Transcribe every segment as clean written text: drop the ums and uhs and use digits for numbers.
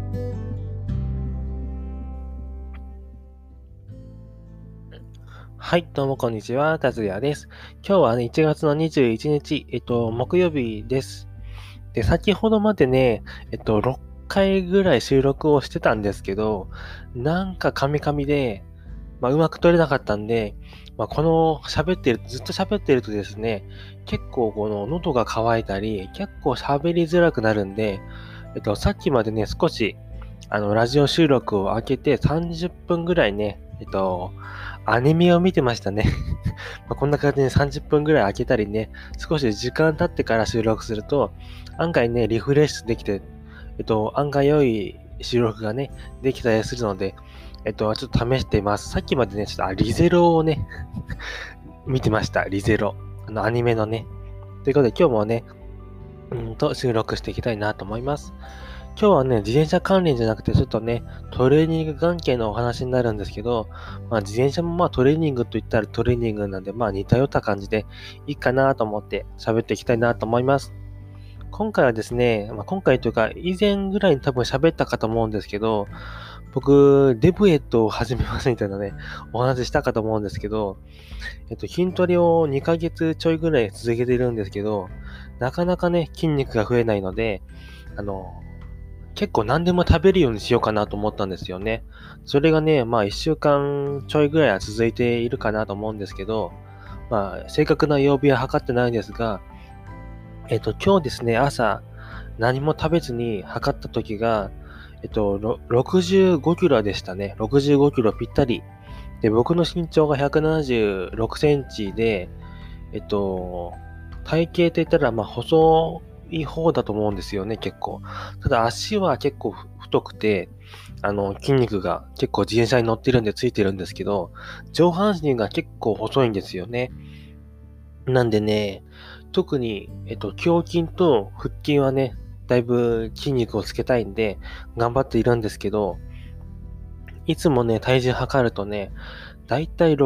はい、どうもこんにちは、たつやです。今日はね、1月の21日、木曜日です。で、先ほどまでね、6回ぐらい収録をしてたんですけど、なんかカミカミで、うまく撮れなかったんで、このずっと喋ってるとですね、結構この喉が渇いたり、結構喋りづらくなるんで、さっきまでね、少し、ラジオ収録を開けて30分ぐらいね、アニメを見てましたね。こんな感じで30分ぐらい開けたりね、少し時間経ってから収録すると、案外ね、リフレッシュできて、案外良い収録がね、できたりするので、ちょっと試しています。さっきまでね、ちょっと、リゼロをね、見てました。リゼロ。アニメのね。ということで、今日もね、収録していきたいなと思います。今日はね、自転車関連じゃなくて、ちょっとね、トレーニング関係のお話になるんですけど、自転車もトレーニングと言ったらトレーニングなんで、似たような感じでいいかなと思って喋っていきたいなと思います。今回はですね、今回というか、以前ぐらいに多分喋ったかと思うんですけど、僕、デブエットを始めますみたいなね、お話ししたかと思うんですけど、筋トレを2ヶ月ちょいぐらい続けているんですけど、なかなかね、筋肉が増えないので、あの、結構何でも食べるようにしようかなと思ったんですよね。それがね、1週間ちょいぐらいは続いているかなと思うんですけど、正確な曜日は測ってないんですが、今日ですね、朝、何も食べずに測った時が、65キロでしたね。65キロぴったり。で、僕の身長が176センチで、体型って言ったら、細い方だと思うんですよね、結構。ただ足は結構太くて、筋肉が結構自転車に乗ってるんでついてるんですけど、上半身が結構細いんですよね。なんでね、特に、胸筋と腹筋はね、だいぶ筋肉をつけたいんで、頑張っているんですけど、いつもね、体重測るとね、だいたい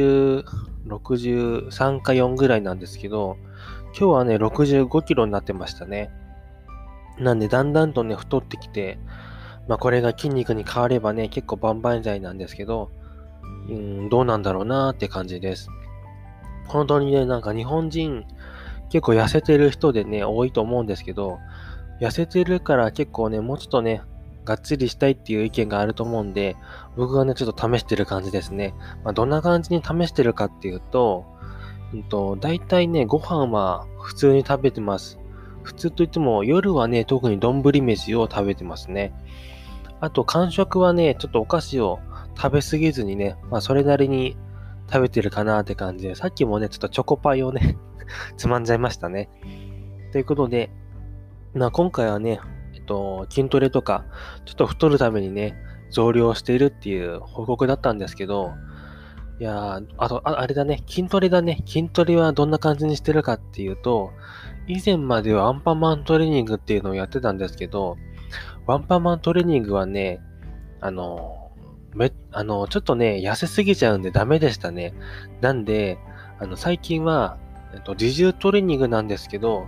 60、63か4ぐらいなんですけど、今日はね、65キロになってましたね。なんで、だんだんとね、太ってきて、これが筋肉に変わればね、結構万々歳なんですけど、どうなんだろうなーって感じです。本当にね、なんか日本人、結構痩せてる人でね、多いと思うんですけど、痩せてるから結構ね、もうちょっとね、がっつりしたいっていう意見があると思うんで、僕はね、ちょっと試してる感じですね。どんな感じに試してるかっていうと、大体ね、ご飯は普通に食べてます。普通といっても、夜はね、特に丼飯を食べてますね。あと、間食はね、ちょっとお菓子を食べ過ぎずにね、それなりに食べてるかなって感じで、さっきもね、ちょっとチョコパイをねつまんじゃいましたね。ということで、今回はね、筋トレとか、ちょっと太るためにね、増量しているっていう報告だったんですけど、いやー、あれだね、筋トレだね。筋トレはどんな感じにしてるかっていうと、以前まではアンパンマントレーニングっていうのをやってたんですけど、ワンパンマントレーニングはね、あの、ちょっとね、痩せすぎちゃうんでダメでしたね。なんで、最近は、自重トレーニングなんですけど、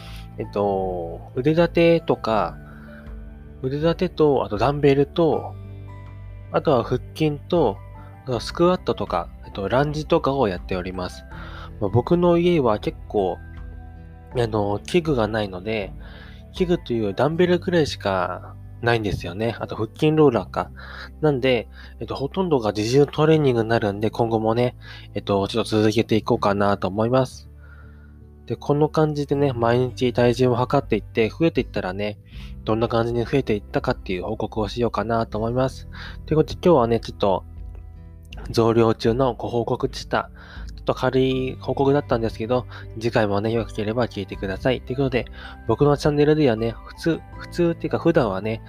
腕立てと、あとダンベルと、あとは腹筋と、あとはスクワットとか、ランジとかをやっております。僕の家は結構、器具がないので、器具というダンベルくらいしかないんですよね。あと腹筋ローラーか。なんで、ほとんどが自重トレーニングになるんで、今後もね、ちょっと続けていこうかなと思います。で、この感じでね、毎日体重を測っていって、増えていったらね、どんな感じに増えていったかっていう報告をしようかなと思います。ということで今日はね、ちょっと増量中のご報告でした。ちょっと軽い報告だったんですけど、次回もね、良ければ聞いてください。ということで、僕のチャンネルではね、普通っていうか普段はね、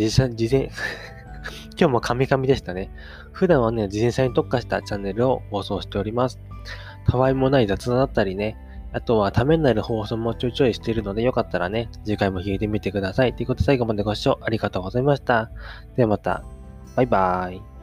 今日もカミカミでしたね。普段はね、自転車に特化したチャンネルを放送しております。たわいもない雑談だったりね、あとはためになる放送もちょいちょいしているので、よかったらね、次回も聞いてみてください。ということで最後までご視聴ありがとうございました。ではまた。バイバーイ。